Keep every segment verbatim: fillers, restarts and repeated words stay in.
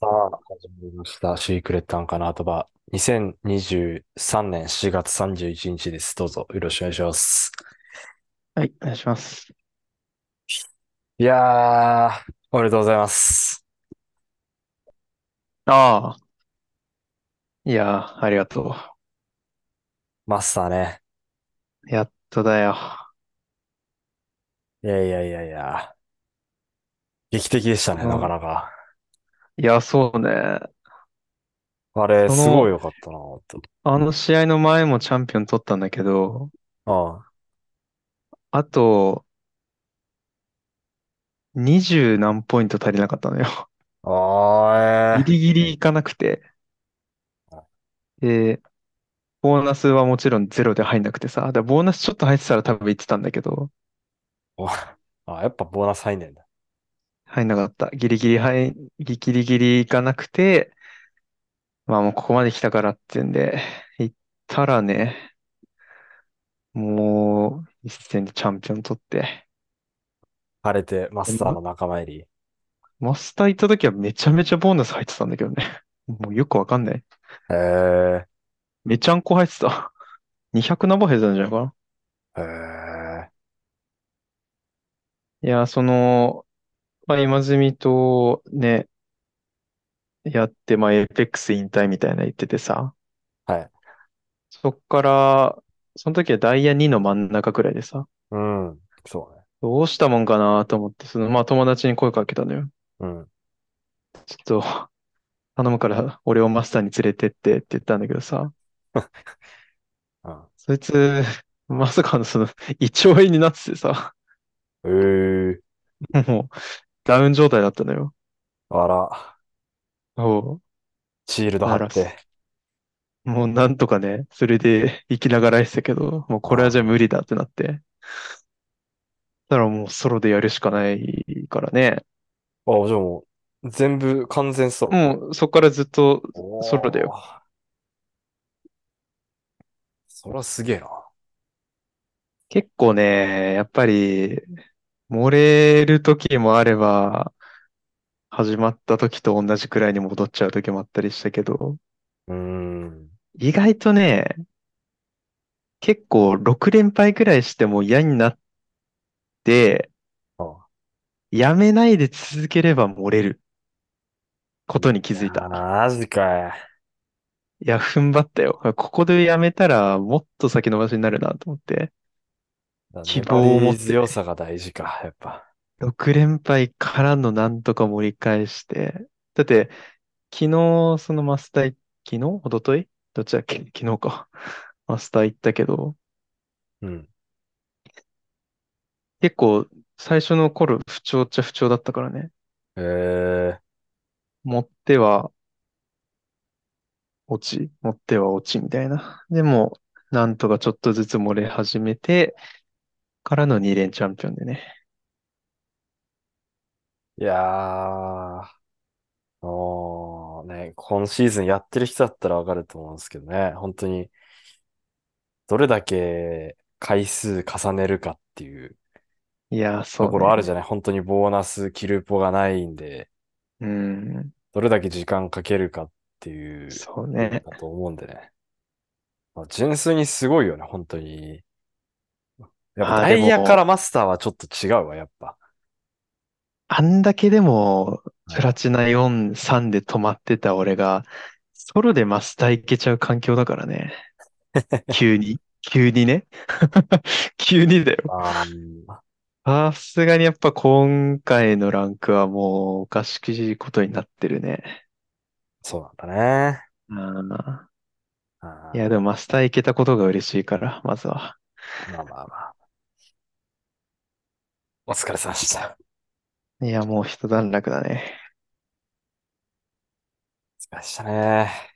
さあ、始まりました。シークレットアンカーの後場。にせんにじゅうさんねんしちがつさんじゅういちにちです。どうぞよろしくお願いします。 はい、お願いします。 いやー、おめでとうございます。 ああ、いやー、ありがとマスターね。 う。やっとだよ。 いやいやいやいや、劇的でしたね、なかこの、 なか。 いや、そうね。 あれ、 その、 すごい良かったな、ほんと。 あの試合の前もチャンピオン取ったんだけど、 ああと、にじゅう何ポイント足りなかったのよ。 あ、あギあ、えリギリいかなくて。 ー。 で、ボーナスはもちろんゼロで入んなくてさ。だからボーナスちょっと入ってたら多分言ってたんだけど、 おあ、やっぱボーナス入んねんだ。 入んなかった。ギリギリ入、ギリギリいかなくて、まあもうここまで来たからっていうんで、行ったらね、もう一戦でチャンピオン取って、 晴れて、マでまスターの仲間入り。 マスター行った時はめちゃめちゃボーナス入ってたんだけどね。もうよくわかんない。 へえめちゃんこ入ってた。にひゃく何本入ってたんじゃないかな。 ー、へえいや、その、まあ、今住とね、やって、まあ、エイペックス引退みたいな言っててさ、 ー、はい。 そっから、その時はダイヤにの真ん中くらいでさ、 うん、そうね。 どうしたもんかなと思って、その、まあ、友達に声かけたのよ。 うん。 ちょっと、頼むから俺をマスターに連れてってって言ったんだけどさ、 うん。 そいつ、まさかのその、胃腸炎になっててさ、 ええもう、ダウン状態だったのよ。 あら。 そう。 シールドだからす、 貼って。 もうなんとかね、それで生きながらえてたけど、もうこれはじゃああ無理だってなって。だからもうソロでやるしかないからね。 あ。あ、じゃあもう、全部完全ソロ。 もうそこからずっとソロだよ。 おー、そらすげえな。 結構ね、やっぱり、漏れる時もあれば、始まった時と同じくらいに戻っちゃう時もあったりしたけど、 うーん。 意外とね、結構ろく連敗くらいしても嫌になって、 あ、 やめないで続ければ漏れるこいとに気づいやー、 た。 マジかい。 いや、踏ん張ったよ。ここでやめたらもっと先延ばしになるなと思って、希粘望を持りってね、 強さが大事か、やっぱ。 ろく連敗からのなんとか盛り返して、だって昨日そのマスターい、昨日一昨日どっちだっけ昨日か。マスター行ったけど、 うん。 結構最初の頃不調っちゃ不調だったからね。 ええ持っては落ち、持っては落ちみたいな。でも、なんとかちょっとずつ漏れ始めて、からのに連チャンピオンでね。 ー、いやー、おー、ね、今シーズンやってる人だったらわかると思うんですけどね。本当に、どれだけ回数重ねるかっていういや、 とそうね。 ころあるじゃない。本当にボーナス、キルポがないんで。 うん、 どれだけ時間かけるかっていう部分そうね。 だと思うんでね。まあ、純粋にすごいよね、本当に。やっぱまあでダイヤからも、 マスターはちょっと違うわ、やっぱ。 あんだけでも、プラはチナよん、さんで止まってた俺が、ソロでマスターいけちゃう環境だからね。急に。急にね。急にだよ。 ああ、 さすがにやっぱ今回のランクはもうおかしいことになってるね。 そうなんだね。 あーいや、であもマスター行けたことが嬉しいから、まずは。 ーまあまあまあ。お疲れ様でした。 いや、もう一段落だね。 お疲れ様でしたね。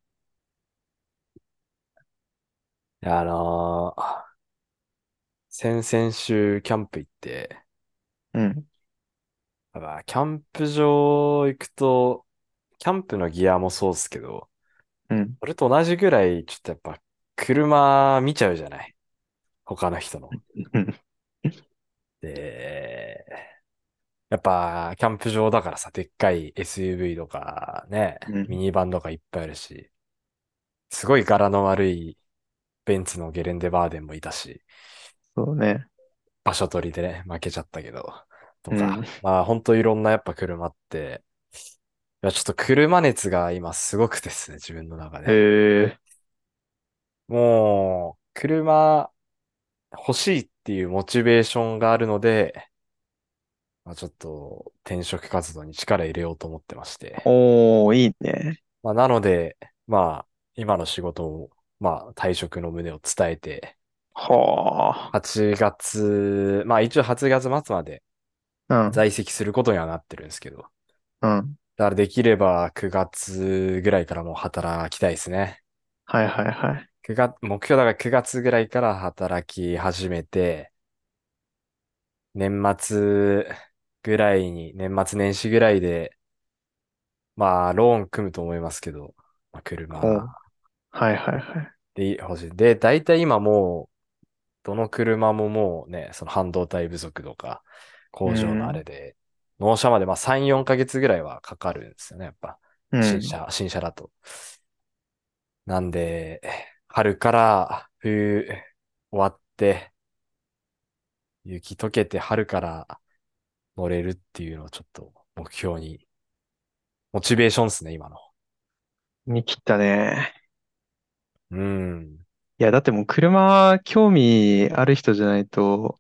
いや、あのー先々週キャンプ行って、 うん、 やっぱキャンプ場行くと、キャンプのギアもそうですけど、 うん、 それと同じぐらい、ちょっとやっぱ、車見ちゃうじゃない。他の人の。 うん。 で、 やっぱ、キャンプ場だからさ、でっかい エスユーブイ とかね、 うん。 ミニバンとかいっぱいあるし、すごい柄の悪いベンツのゲレンデバーデンもいたし、 そうね。 場所取りでね、負けちゃったけど、とうん。 か。まあ、ほんといろんなやっぱ車って、いや、ちょっと車熱が今すごくてですね、自分の中へで。 え。 もう、車欲しいっていうモチベーションがあるので、まあ、ちょっと転職活動に力入れようと思ってまして。 おー、いいね。 まあ、なので、まあ、今の仕事を、まあ、退職の旨を伝えて、 ははちがつ、まあ一応はちがつ末まであ。うん。 在籍することにはなってるんですけど、 うん。 だからできればくがつぐらいからもう働きたいですね。 はいはいはい。 くがつ、目標だからくがつぐらいから働き始めて、年末ぐらいに、年末年始ぐらいで、まあ、ローン組むと思いますけど、まあ、車ほう。はいはいはい。 で欲しい。で、大体今もう、どの車ももうね、その半導体不足とか、 う工場のあれん。 で、納車までまあさん、よんかげつぐらいはかかるんですよね、やっぱ。 うん。 新車、新車だと。なんで、春から冬終わって、雪溶けて春から乗れるっていうのをちょっと目標に、モチベーションですね、今の。 見切ったね。 うん。 いや、だってもう車、興味ある人じゃないと、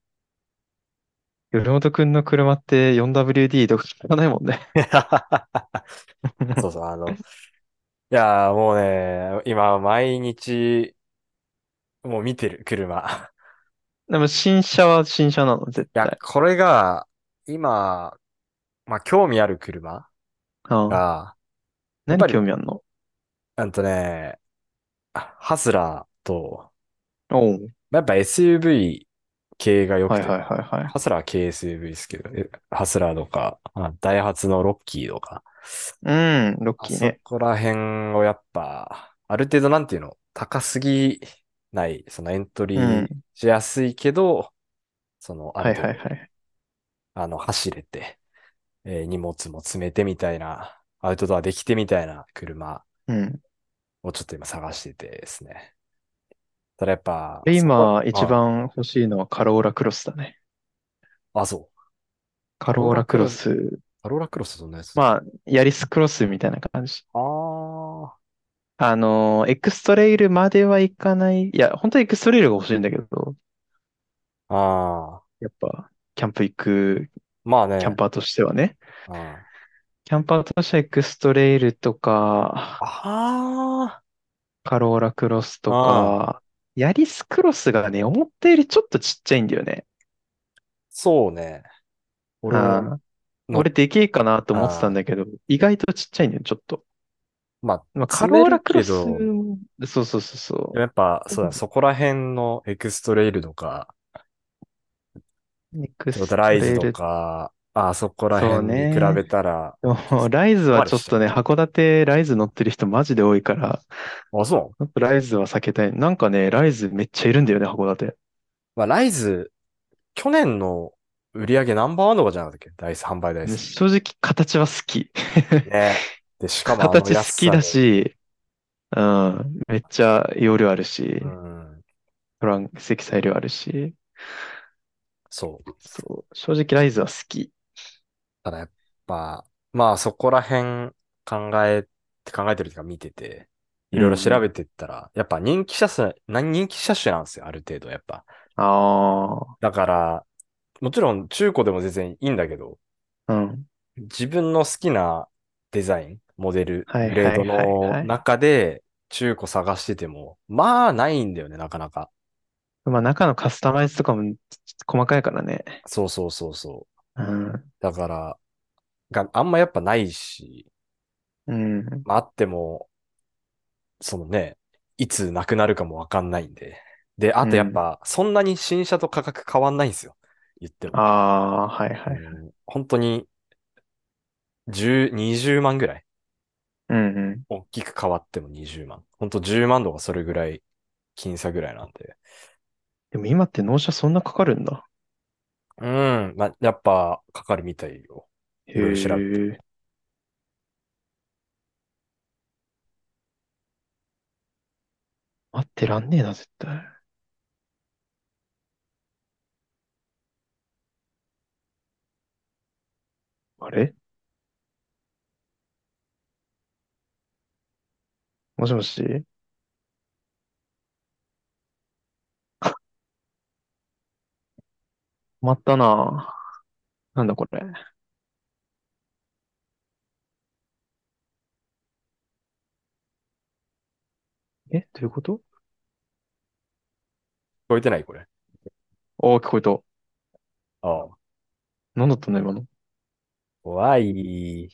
頼本くんの車って フォーダブリューディー とか聞かないもんね。 そうそう、あの、いやー、もうね、今、毎日、もう見てる、車。 でも新車は新車なの、絶いや、 対。 これが、今、まあ、興味ある車うん。 が、やっ何ぱり、 興味あんの？ うんとね、ハスラーと、 おう。 まあやっぱ エスユーブイ 系が良くて、 はいはいまあ、 はいはい。 ハスラーは軽 エスユーブイ ですけど、えハスラーとか、まあダイハツのロッキーとか、 うん、ロッあキーね。 そこら辺をやっぱ、ある程度なんていうの、高すぎない、そのエントうリーん。 しやすいけど、そのあるはい程度、 はいはい。 あの、走れて、えー荷物も詰めてみたいな、アウトドアできてみたいな車うん。 をちょっと今探しててですね。ただやっぱ、 で、 そこ、 今、一うん。 番欲しいのはカローラクロスだね。 あ、そう。カローカローラクロラクロス、 ス。 カローラクロスどんなやつ？ まあ、ヤリスクロスみたいな感じ。 あああの、エクストレイルまではいかない。いや、本当はエクストレイルが欲しいんだけど、 ー、ああ、 やっぱ、キャンプ行くまあね、 キャンパーとしてはね。 あキャンパーとしてはエクストレイルとか、 あ、 カローラクロスとああ、 か、ヤリスクロスがね、思ったよりちょっとちっちゃいんだよね。 そうね。俺もああ、 の、 俺でけえかなと思ってたんああ、 だけど、意外とちっちゃいんだよ、ちょっと。 まあ、 まあ、カローラ積めるクロス、 けど、 そうそうそうそやっぱ、 う。 そうだ、そこら辺のエクストレイルとか、 エクちょっとスライズとトレイル、 か、あそこらそう辺に比ね。 べたら、 でも、ライズそこまはちょっとね、 でしちゃうね。 函館ライズ乗ってる人マジで多いから、 あ、そう。 ちょっとライズは避けたい。なんかね、ライズめっちゃいるんだよね、函館。 まあ、ライズ、去年の売り上げナンバーワンとかじゃなかったっけ？台数、販売台ね、 数。 正直形は好き。 ね。で、しかもあの形好きだ安さで、 し、うん、めっちゃ容量あるうし、 ん、 トランク積載量あるし、 そう。 そう、正直ライズは好き。 ただやっぱ、まあそこら辺考えて、考えてるというか見てて、いうんろいろ調べうん。 てったら、やっぱ人気車種、何人気車種なんですよ、ある程度、やっぱ。 あだから、もちろん中古でも全然いいんだけど、 あ、うん。 自分の好きなデザイン、モデル、 はいグレードはいはいのはい。 中で中古探してても、まあないんだよね、なかなか。 まあ中のカスタマイズとかも細かいからね。 そうそうそうそう。 うん。 だから、があんまやっぱないし、 うん。 まああっても、そのね、いつなくなるかもわかんないんで。で、あとやっうん。 ぱ、そんなに新車と価格変わんないんですよ。言っても。 ああ、はいはいはい。 うん、本当にじゅう、にじゅうまんぐらい。 うんうん。 大きく変わってもにじゅうまん。本当じゅうまんとかそれぐらい、僅差ぐらいなんで。 でも今って納車そんなかかるんだ。 うん。ま、やっぱ、かかるみたいよ。 へいろいろ調べて。 え。待ってらんねえな、絶対。あれもしもし。止まったな。なんだこれ。え、どういうこと？ 聞こえてないこれ？ ああー、聞こえた。 ああ。 なんだったんだ、今の。 怖い。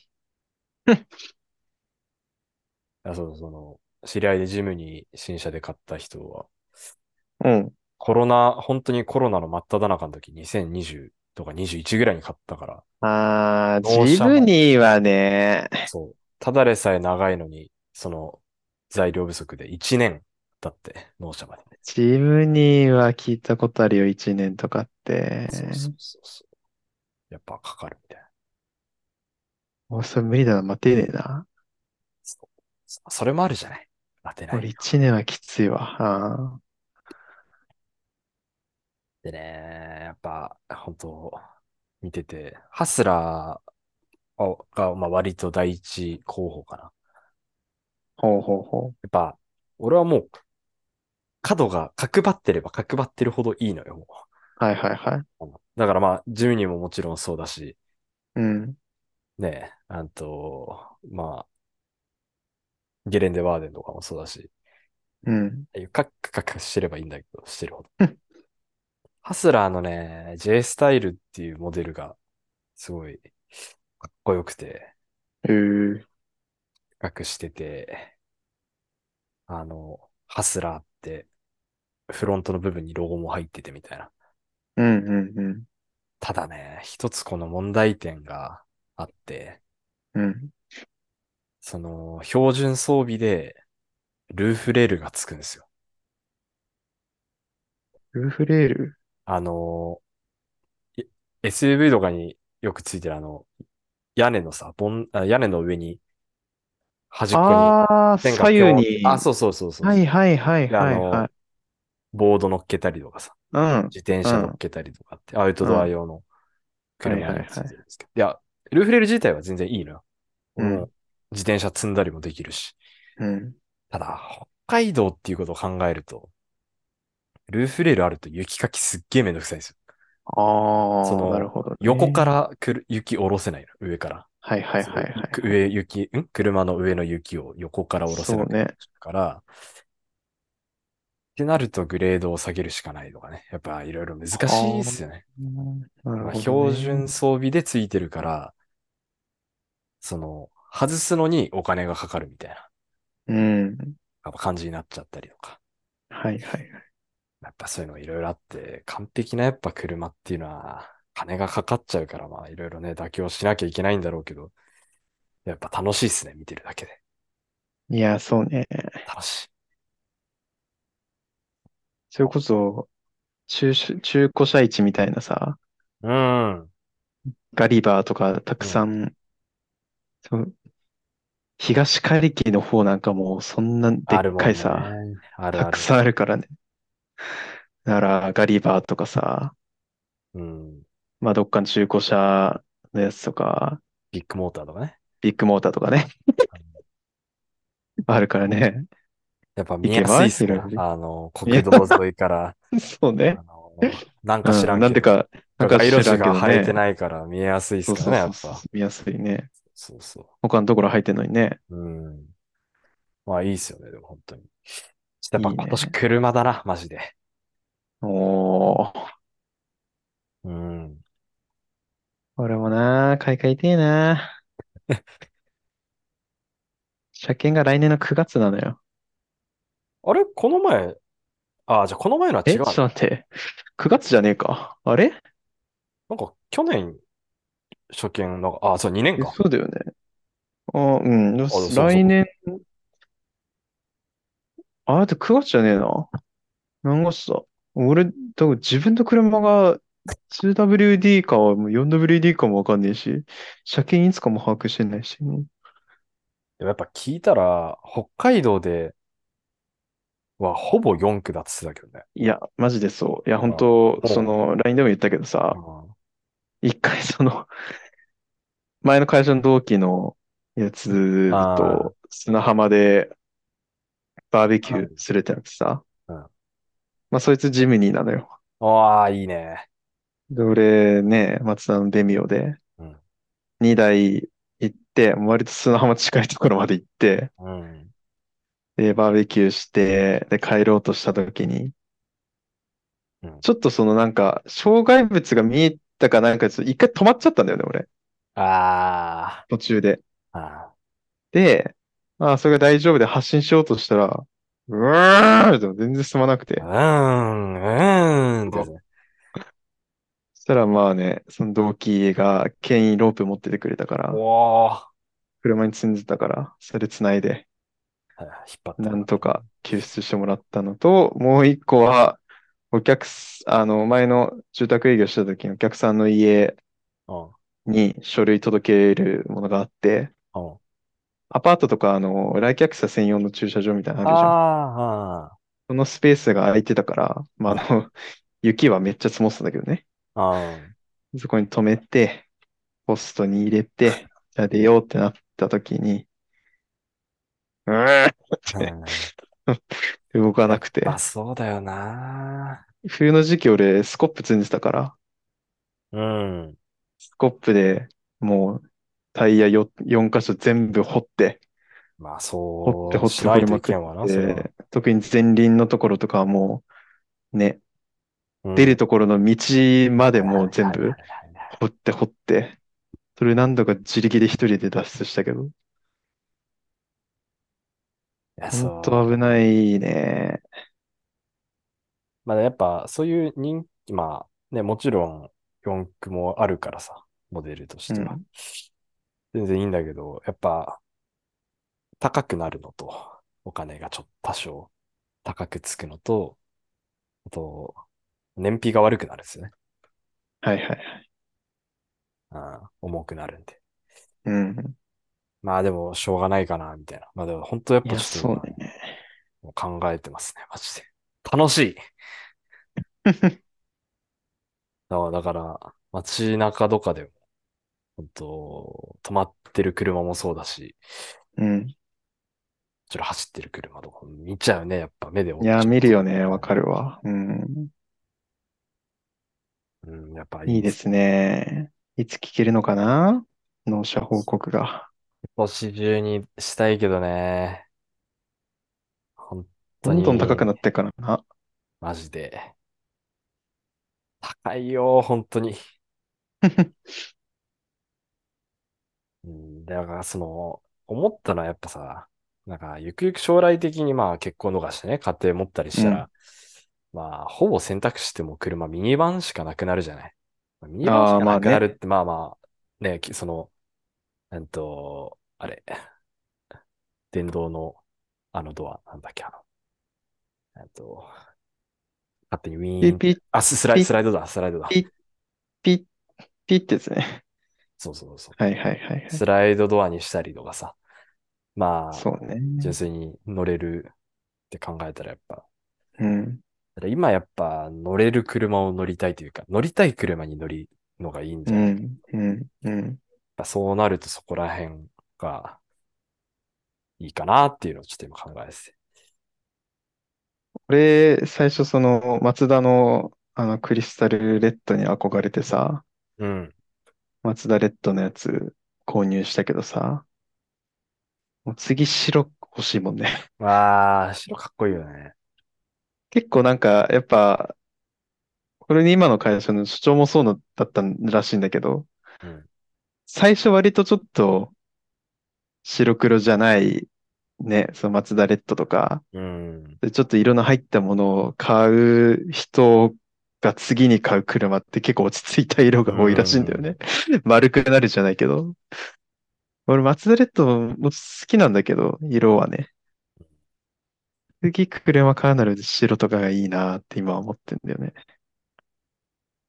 あ、そう、その、知り合いでジムに新車で買った人は、 うん。 コロナ、本当にコロナの真っ只中の時、にせんにじゅうとかにじゅういちぐらいに買ったから、 ああ、ジム納車ま、 ニーはね、 そう、ただでさえ長いのに、その、材料不足でいちねんだって、納車まで。 ジムニーは聞いたことあるよ、いちねんとかっそうそて。 うそうそう。やっぱかかるみたいな。 もうそれ無理だな、待てねえな。 そう。そそれもあるじゃない。待てない俺よ。 いちねんはきついわ。あでね、やっぱ、本当見てて、ハスラーが、まあ、割と第一候補かな。 ーほうほうほやっぱ、俺はもう角が角張ってれば角張ってるほどいいのよ、もう。はいはいはい。 う。だからまあ、ジムニーももちろんそうだし、 うん、 ね、あと、まあ、ゲレンデワーデンとかもそうだし、 うん。 ああいうカックカクしてればいいんだけど、してるほど。ハスラーのね、J スタイルっていうモデルがすごいかっこよくて、 へえ、 カクしてて、あの、ハスラーってフロントの部分にロゴも入っててみたいな。 うん、うん、うん。 ただね、一つこの問題点があって、 うん。 その、標準装備でルーフレールがつくんですよ。 ルーフレール。 あの、い エスユーブイ とかによくついてるあの、屋根のさ、ボン、あ屋根の上に端っこにああ、 線が左右ぴょーって、あ、 に。 そうそうそうそうはいそう。 はいはいで、あはいはの、 い。 ボード乗っけたりとかさ、 うん、 自転うん、 車乗っけたりとかって、アウトドアうん。 用のはい車にもつはいはい。 いてるんですけど。いや、ルーフレール自体は全然いいのよ。俺もうん、 自転車積んだりもできるし。 うん。 ただ、北海道っていうことを考えると、ルーフレールあると雪かきすっげえめんどくさいんですよ。そああ、なるの、 ほど横かね。 らくる雪下ろせないの、上から。 はいはいその、 はいはいはい。 上雪、ん車の上の雪を横から下ろせなくなっそうね。 ちゃうから、ってなるとグレードを下げるしかないとかね。やっぱいろいろ難しいっはすよね。 あ、なるまあ、 ほどね。 標準装備でついてるから、その、外すのにお金がかかるみたいな、 うん。 やっぱ感じになっちゃったりとか。 はいはいはい。 やっぱそういうのがいろいろあって、完璧なやっぱ車っていうのは、金がかかっちゃうから、まあいろいろね、妥協しなきゃいけないんだろうけど、やっぱ楽しいっすね、見てるだけで。 いや、そうね。 楽しい。 それこそ、中古、中古車市みたいなさ、 うん。 ガリバーとかたくうん。 さん、そう東刈木の方なんかもうそんなでっあるもんね。 かいさ、 あるある。 たくさんあるからね。だからガリバーとかさ、 うん。 まあどっかの中古車のやつとか、 ビッグモーターとかね。 ビッグモーターとかね、あるからね。 やっぱ見やす行けばいっすね。 いろいろね。 あの、 いや、 国道沿いから、 そうね。 あの、なんか知らうん、 んけど、 なんでか、なんか街路知らんけ樹が生えどね。 てないから見えやすいっそうそうすからね、やそうそう、 っぱ。 見やすいね。 そうそ他のところ入ってんのにね。 う。うん。まあいいっすよね、でも本当に。ちょっとやっぱ今年いいね。 車だな、マジで。 おー。 うん。 俺もな、買い替えてえな。車検が来年のくがつなのよ。 あれこの前、ああ、じゃあこの前のは違え、 うの？ ちょっと待って。くがつじゃねえか。あれ？ なんか去年初見、なんか、ああ、そう、にねんえ、 か。 そうだよね。あ、うん。 あ、そうそう。 来年、あ、だってくがつじゃねえな。何月だ。俺、多分自分の車がツーダブリューディー かはもう フォーダブリューディー かもわかんねえし、車検いつかも把握してないし。 でもやっぱ聞いたら、北海道ではほぼよん区だって言ってたけどね。 いや、マジでそう。いや、 うん。 本当そもの、ライン でも言ったけどう、 さ、 うん。 一回その、前の会社の同期のやつあと砂浜でバーベキあ、 ューするってなってさ、 うん。 まあそいつジムニーなのよ。 ああ、いいね。 で、俺ね、松田のデミオでうん。 にだい行って、割と砂浜近いところまで行って、 うん。 で、バーベキューして、で、帰ろうとした時に、 うん。 ちょっとそのなんか、障害物が見えたかなんか、ちょっと一回止まっちゃったんだよね、俺。 あ途中で。 あ、あで、まあ、それが大丈夫で発進しようとしたら、うわーって全然進まなくあ、うて。 ーん、うーんってそうやつね。 そしたらまあね、その同期が牽引ロープ持っててくれたかおら、 ー、 車に積んでたから、それ繋いで、 はい、引っ張ってもなんらってね。 とか救出してもらったのと、もう一個は、お客す、あの、前の住宅営業した時にお客さんの家うん、 に書類届けるものがあって、 うん。 アパートとか、あの、来客者専用の駐車場みたいなのあるじゃん。 あそのスペースが空いてたから、まあ、 あ、 あの、雪はめっちゃ積もってたんだけどね。 うん、うん、 そこに止めて、ポストに入れて、じゃあ出ようってなった時に、うーんってうん。 動かやっぱなくて。 そうだよな。 冬の時期俺スコップ積んでたから、 うん。 スコップでもうタイヤよよん箇所全部掘って、 まあ、 掘って掘っそうしないとて掘りまくっいけんわな、それは。 て、特に前輪のところとかはもうね、 うん。はい出るところの道まではいもう全はいはい部はい。 掘って掘って、それ何度か自力で一人で脱出したけど、 いや、 ほんと危そう。 ないね。 まあ、やっぱ、そういう人気、まあ、ね、もちろん、四駆もあるからさ、モデルとしては。 うん。 全然いいんだけど、やっぱ、高くなるのと、お金がちょっと多少高くつくのと、あと、燃費が悪くなるんですよね。 はいはい。 うん、重くなるんで。 うん。 まあでも、しょうがないかな、みたいな。まあでも、本当やっいや、 ぱちょっと今、 そうね。 もう考えてますね、マジで。楽しい。だだから、街中とかでも、本当止まってる車もそうだし、 うん。 ちょっと走ってる車とか見ちゃうね。やっぱ目で追いや、 っちゃうと。 見るよね。わかるわ。うん。 うん、やっぱいいです。 いいですね。いつ聞けるのかな納車報告が。 今年中にしたいけどね。本当どんどん高くに、 なってっからな。 マジで。高いよ、本当に。うん、だからその、思ったのはやっぱさ、なんか、ゆくゆく将来的にまあ結婚とかしてね、家庭持ったりしうん。 たら、まあ、ほぼ選択肢ってもう車、ミニバンしかなくなるじゃない。まあミニバンしああ、 かなまあね。 くなるって、まあまあ、ね、きその、うんと、あれ、電動の、あのドア、なんだっけ、あの、えっと、勝手にウィーンって、 ピッピッ、 あ、ススライ、 ピッ、 スライドだ、スライドだ。 ピッ、ピッ、ピッってやつね。 そうそうそう。 はいはいはいはい。 スライドドアにしたりとかさ。まあ、 そうね。 純粋に乗れるって考えたらやっぱ、 うん。 ただ今やっぱ乗れる車を乗りたいというか、乗りたい車に乗りのがいいんじゃない。やっうん。うん。うん。 ぱそうなるとそこら辺がいいかなっていうのをちょっと今考えてて。 俺、最初その、マツダの、あの、クリスタルレッドに憧れてさ、 うん。 マツダレッドのやつ購入したけどさ、もう次白欲しいもんね。 わあ、白かっこいいよね。 結構なんか、やっぱ、これに今の会社の主張もそうだったらしいんだけど、 うん。 最初割とちょっと白黒じゃない、ね、そのマツダレッドとか、 うん。 でちょっと色の入ったものを買う人が次に買う車って結構落ち着いた色うが多いらしいんだよん。 ね。丸くなるじゃないけど。俺、マツダレッドも好きなんだけど、色はね。次車買うなら白とかがいいなって今は思ってんだよね。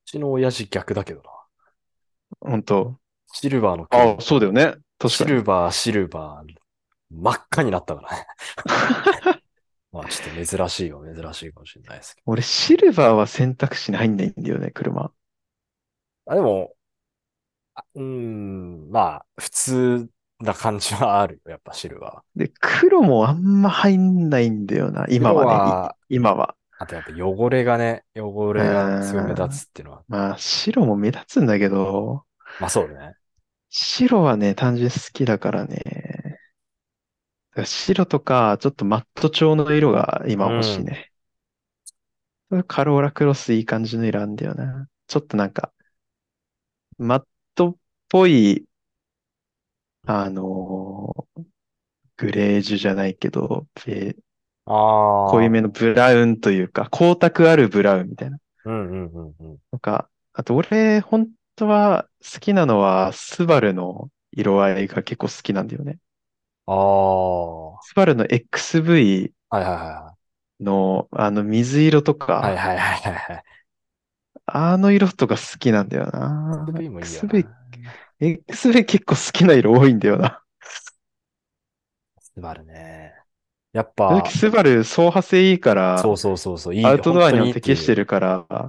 ちの親父逆だけどな。 本当。 シルバーのああ、 車、 そうだよね。確かに。 シルバー、シルバー、真っ赤になったからね。まあちょっと珍しいは珍しいかもしれないですけ俺、シルバーは選択肢に入んないんだよね、車。 ど。あ、でも、あうーん、まあ、普通な感じはあるよ、やっぱシルバで、黒もあんま入んないんだよな、 ー。色今はね。いは、 今は。 あとやっぱ汚れがね、汚うれがすごい目ーん。 立つっていうのは。 まあ、白も目立つんだけど、 まあそうね。 白はね、単純に好きだからね。だから白とか、ちょっとマット調の色が今う欲しいん。 ね。カローラクロスいい感じの色あんだよな。ちょっとなんか、マットっぽい、あのーグレージュじゃないけど、ベ濃いああ、 めのブラウンというか、光沢あるブラウンみたいな。 うんうんうんうん。 なんか、あと俺、本当は好きなのは、スバルの色合いが結構好きなんだよね。 ああ、はスバルの エックスブイいはいはい。 の、あの水色とか、 はいはいはいはいはい。 あの色とか好きなんだよな。 エスユーブイ もいいよエックスブイ、 な。 エックスブイ 結構好きな色多いんだよな。 スバルね。やっ正直ぱ、 スバル走破性いいかそうら、 そうそうそう、いい、 アウトドアにも本当にいいっていう。 適してるから、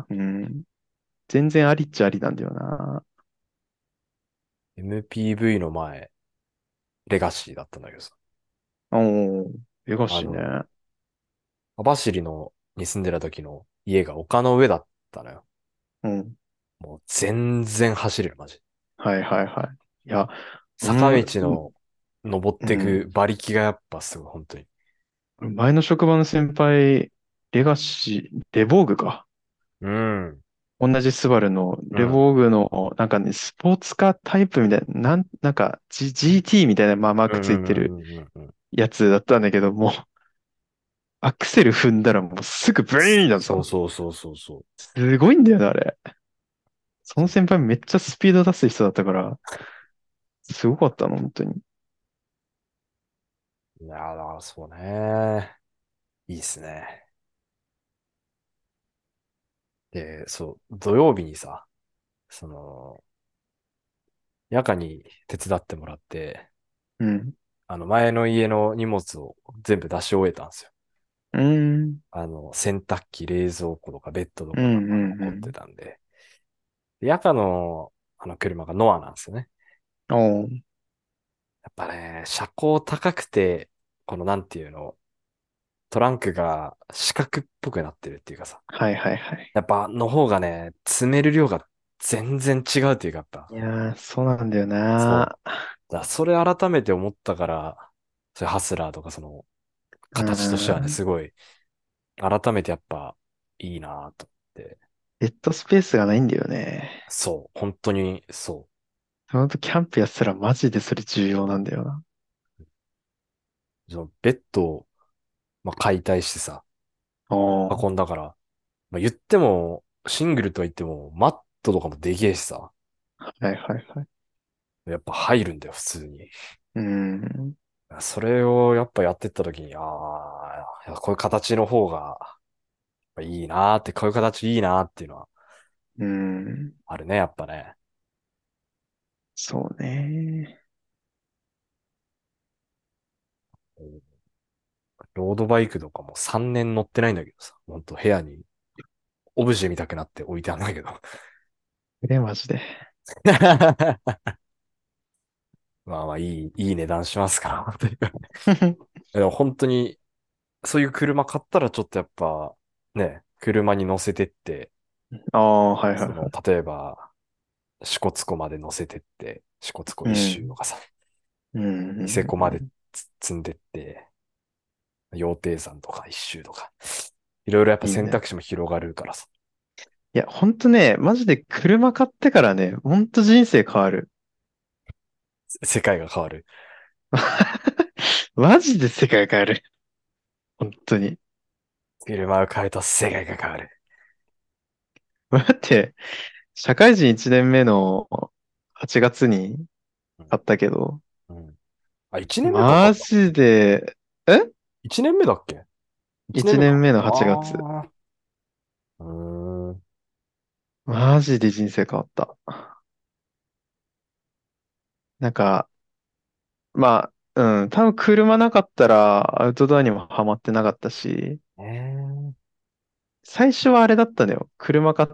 うん、全然ありっちゃありなんだよな。 エムピーブイ の前、レガシーだったんだけどさ。 おー、レガシーあの、 ね。 網走の、に住んでた時の家が丘の上だったのよ。 うん。 もう全然走れる、マジ。 はいはいはい。いや、俺坂道も、 の登ってくうん。 馬力がやっぱすごい、本当に。 前の職場の先輩、レガシー、レボーグか。 うん、 同じスバルのうん、 レボーグの、なんかね、スポーツカータイプみたいな、なん、なんか、G、ジーティー みたいな、まあ、マーうん、 クうん、 ついてるうん、うん、うん。 やつだったんだけど、もう、アクセル踏んだらもうすぐブイーンだそうぞ。 そうそうそうそすごいんだよね、あれ。その先輩めっちゃスピード出す人だったから、すごかったの、本当に。 う。いやー、だからそうね。いいっすね。で、そう、土曜日にさ、その、夜間に手伝ってもらって、 うん。 あの、前の家の荷物を全部出し終えたんですよ。 うーん。 あの、洗濯機、冷蔵庫とかベッドとうん、 かがまだうん、 残ってたんで。で夜間の、あの車がノアなんですよね。 うん。おー。 やっぱね、車高高くて、このなんていうの、トランクが四角っぽくなってるっていうかさ。 はいはいはい。 やっぱの方がね、詰める量が全然違うというか、やっぱ。 いやー、そうなんだよそう。 な。 だからそれ改めて思ったから、そういうハスラーとかそのう形としてはね、 ん。 すごい、改めてやっぱいいなと思って。 デッドスペースがないんだよね。 そう。本当にそほんと、キャンプやってたらマジでそれ重要なんだよな。 う。そのベッドを、まあ、解体してさ、 おー。 運んだから、まあ、言っても、シングルとは言っても、マットとかもでけえしさ、 はいはいはい。 やっぱ入るんだよ、普通に。 うん。 それをやっぱやってった時に、ああ、こういう形の方がいいなーって、こういう形いいなーっていうのはうん。 あるね、やっぱね。 そうね。 うんロードバイクとかもさんねん乗ってないんだけどさ、ほんと部屋にオブジェ見たくなって置いてあるんだけど。 これマジで。 まあまあいい、いい値段しますから、本当に。でも本当に、そういう車買ったらちょっとやっぱ、ね、車に乗せてって、 ああ、はいはいその、 はい。 例えば、支笏湖まで乗せてって、支笏湖う一周とん。 かさ、 うん。うニセコまでん。 つ積んでって、羊蹄山とか一周とか、いろいろやっぱいいね。 選択肢も広がるからさ、 いや、ほんとね、マジで車買ってからね、ほんと人生変わる。 世界が変わる。 マジで世界変わる。本当に。 車を変えた世界が変わる。 待って、社会人いちねんめのはちがつにうん買ったけど、 うん。あ、いちねんめかかった。 マジで、えいちねんめだっけ？ いち 年 ?いち目か。 年目のはちがつ。 ああ、うーん。 マジで人生変わった。なんか、まあ、うん、多分車なかったらアウトドアにもハマってなかったし、 ええ、 最初はあれだったのよ。車買って、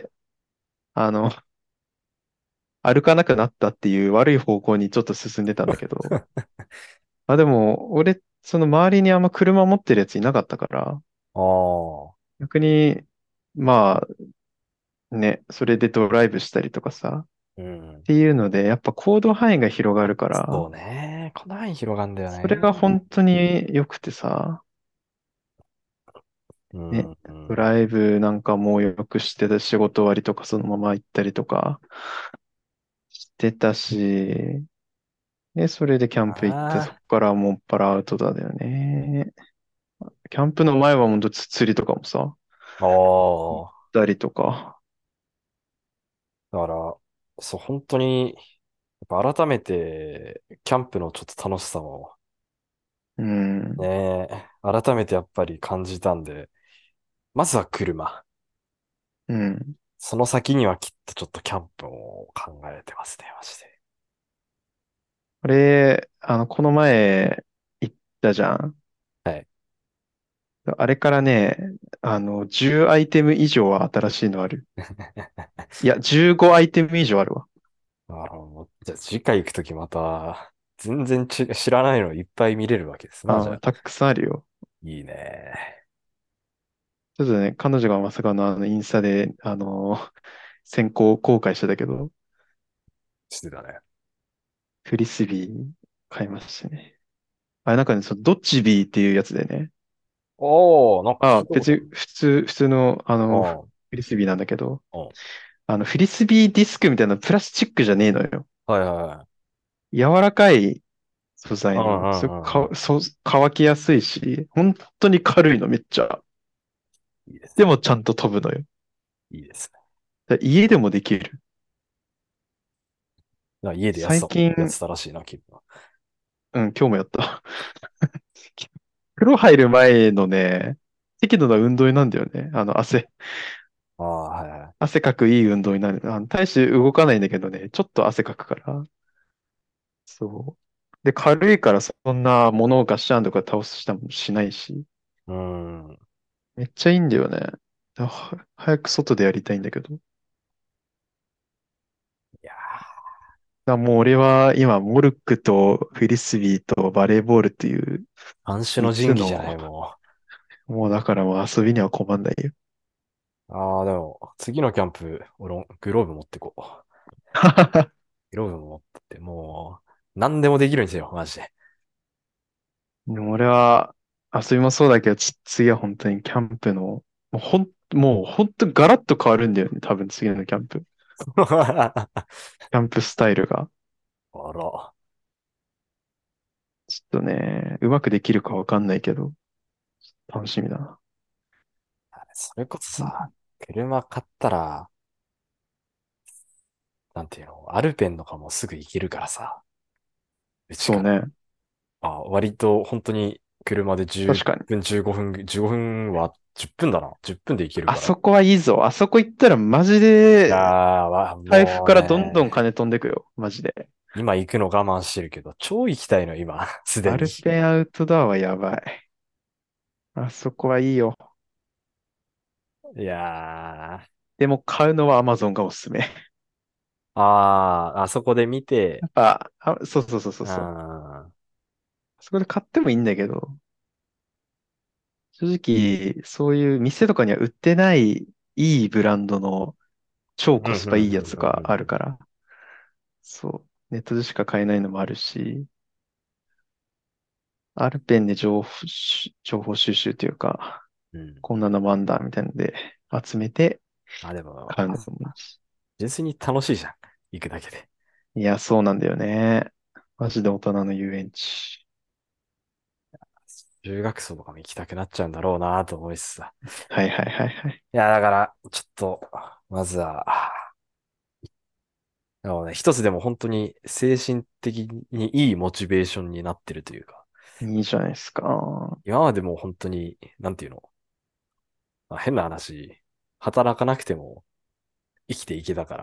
あの、歩かなくなったっていう悪い方向にちょっと進んでたんだけど、あ、でも、俺、その周りにあんま車持ってるやついなかったから、 ああ、 逆に、まあね、それでドライブしたりとかさ、 うん。 っていうので、やっぱ行動範囲が広がるから、 そうね。この範囲広がんだよそれがね。 本当に良くてさ、ね、 うん、うん。 ドライブなんかもうよくしてた仕事終わりとかそのまま行ったりとかしてたし、で、それでキャンプ行って、そこあからもっぱらアウトドアだよね。キャンプの前は本当釣りとかもさ、 あ、お行っー。 たりとか、 だから、そう、本当に、やっぱ改めて、キャンプのちょっと楽しさも、 うん、 ね、改めてやっぱり感じたんで、まずは車。 うん。 その先にはきっとちょっとキャンプを考えてますね、マジで。 あれ、あの、この前行ったじゃん。 はい。 あれからね、あの、じゅうアイテム以上は新しいのある。いや、じゅうごアイテム以上あるわ。 あの、じゃあ次回行くときまた、全然ち知らないのいっぱい見れるわけですな、じゃあ、 あ。 たくさんあるよ。 いいね。 ちょっとね、彼女がまさかのあの、インスタで、あの、先行公開してたけど、 してたね。 フリスビー買いましたね。あれなんかね、そのドッジビーっていうやつでね、 おー、なんか聞あ、 いたこと別に普通、普通の、ああの、フる。 リスビーなんだけど、 うん。うん。 あの、フリスビーディスクみたいなプラスチックじゃねえのよ。 はいはいはい。 柔らかい素うんう材の、そ、か、 んうんうん。 そ、乾きやすいし、本当に軽いの、めっちゃ。 いいですね。 でもちゃんと飛ぶのよ。 いいですね。 だ家でもできる。 なんか家でやってた、 最近、 やってたらしいな、君は。 うん、今日もやった。風呂入る前のね、適度な運動になるんだよね。あの、汗、 ああ、はいはい。 汗かくいい運動になる。あの、大して動かないんだけどね、ちょっと汗かくから。そう。で、軽いからそんな物をガッシャンとか倒すしたもしないし、 うーん。 めっちゃいいんだよね。だは早く外でやりたいんだけど。だかいやらもう俺は今、モルックとフリスビーとバレーボールっていうー、暗種 3 の神つの、 器じゃない、ももうだからもう遊びには困んないよ。 う。ああ、でも、次のキャンプ、俺、グローブ持ってこう。グローブも持ってって、もう、何でもできるんですよ、マジで。 でも俺は遊びもそうだけど、ち次は本当にキャンプの、もうほん、もう本当ガラッと変わるんだよね。多分次のキャンプ。 あキャンプスタイルが。 ら。 ちょっとね、うまくできるかわかんないけど、楽しみだな。 それこそうんさ、車買ったら、なんていうの、アルペンとかもすぐ行けるからさ、うちから。 そうね。 あ、割と本当に車で10 確かに。 分、じゅうごふん、じゅうごふんはじゅっぷんだな。じゅっぷんで行けるから。いあそこはいいぞ。あそこ行ったらマジやー、 で、 わ財布もうからどんどんね、 金飛んでくよ。マジで。 今行くの我慢してるけど、超行きたいの、今、すでに。 アルペンアウトドアはやばい。あそこはいいよ。 いやー、 でも買うのは Amazon がおすすめ。 あー、あそこで見て、 やっぱ、あ、そうそうそうそううそう。 ん、 そこで買ってもいいんだけど、正直、そういう店とかには売ってないいいブランドの超うん、うん、 コスパいいうん、 やつがあうん。 るから、そう。ネットでしか買えないのもあるし、アルペンで情報し、情報収集というか、 うん。 こんなのもあんだみたいなので集めてあ、でも、 買うのもいいし。 純粋に楽しいじゃん。行くだけで。 いや、そうなんだよね。マジで大人の遊園地。 中学生とかも行きたくなっちゃうんだろうなと思いつつさ。 はいはいはいはい。 いや、だから、ちょっと、まずは、でもね、一つでも本当に精神的にいいモチベーションになってるというか、 いいじゃないですか。 今までもう本当に、なんていうの、まあ、変な話、働かなくても生きていけたから。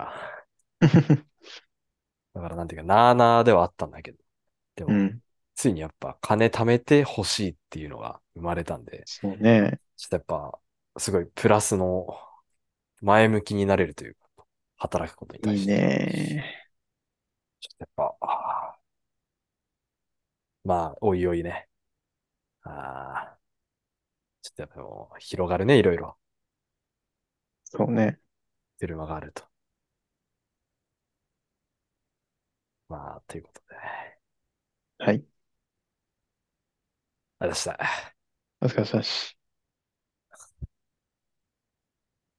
だからなんていうか、なあなあではあったんだけど。でも、 うん。 ついにやっぱ金貯めて欲しいっていうのが生まれたんで、 そうね。 ちょっとやっぱ、すごいプラスの前向きになれるというか、働くことに対いいして。 ね。 ちょっとやっぱ、あーまあ、おいおいね。あーちょっとやっぱもう広がるね、いろいろ。 そうね。 車があると。まあ、ということで、あはい。 りがとうございました。 お疲れ様です。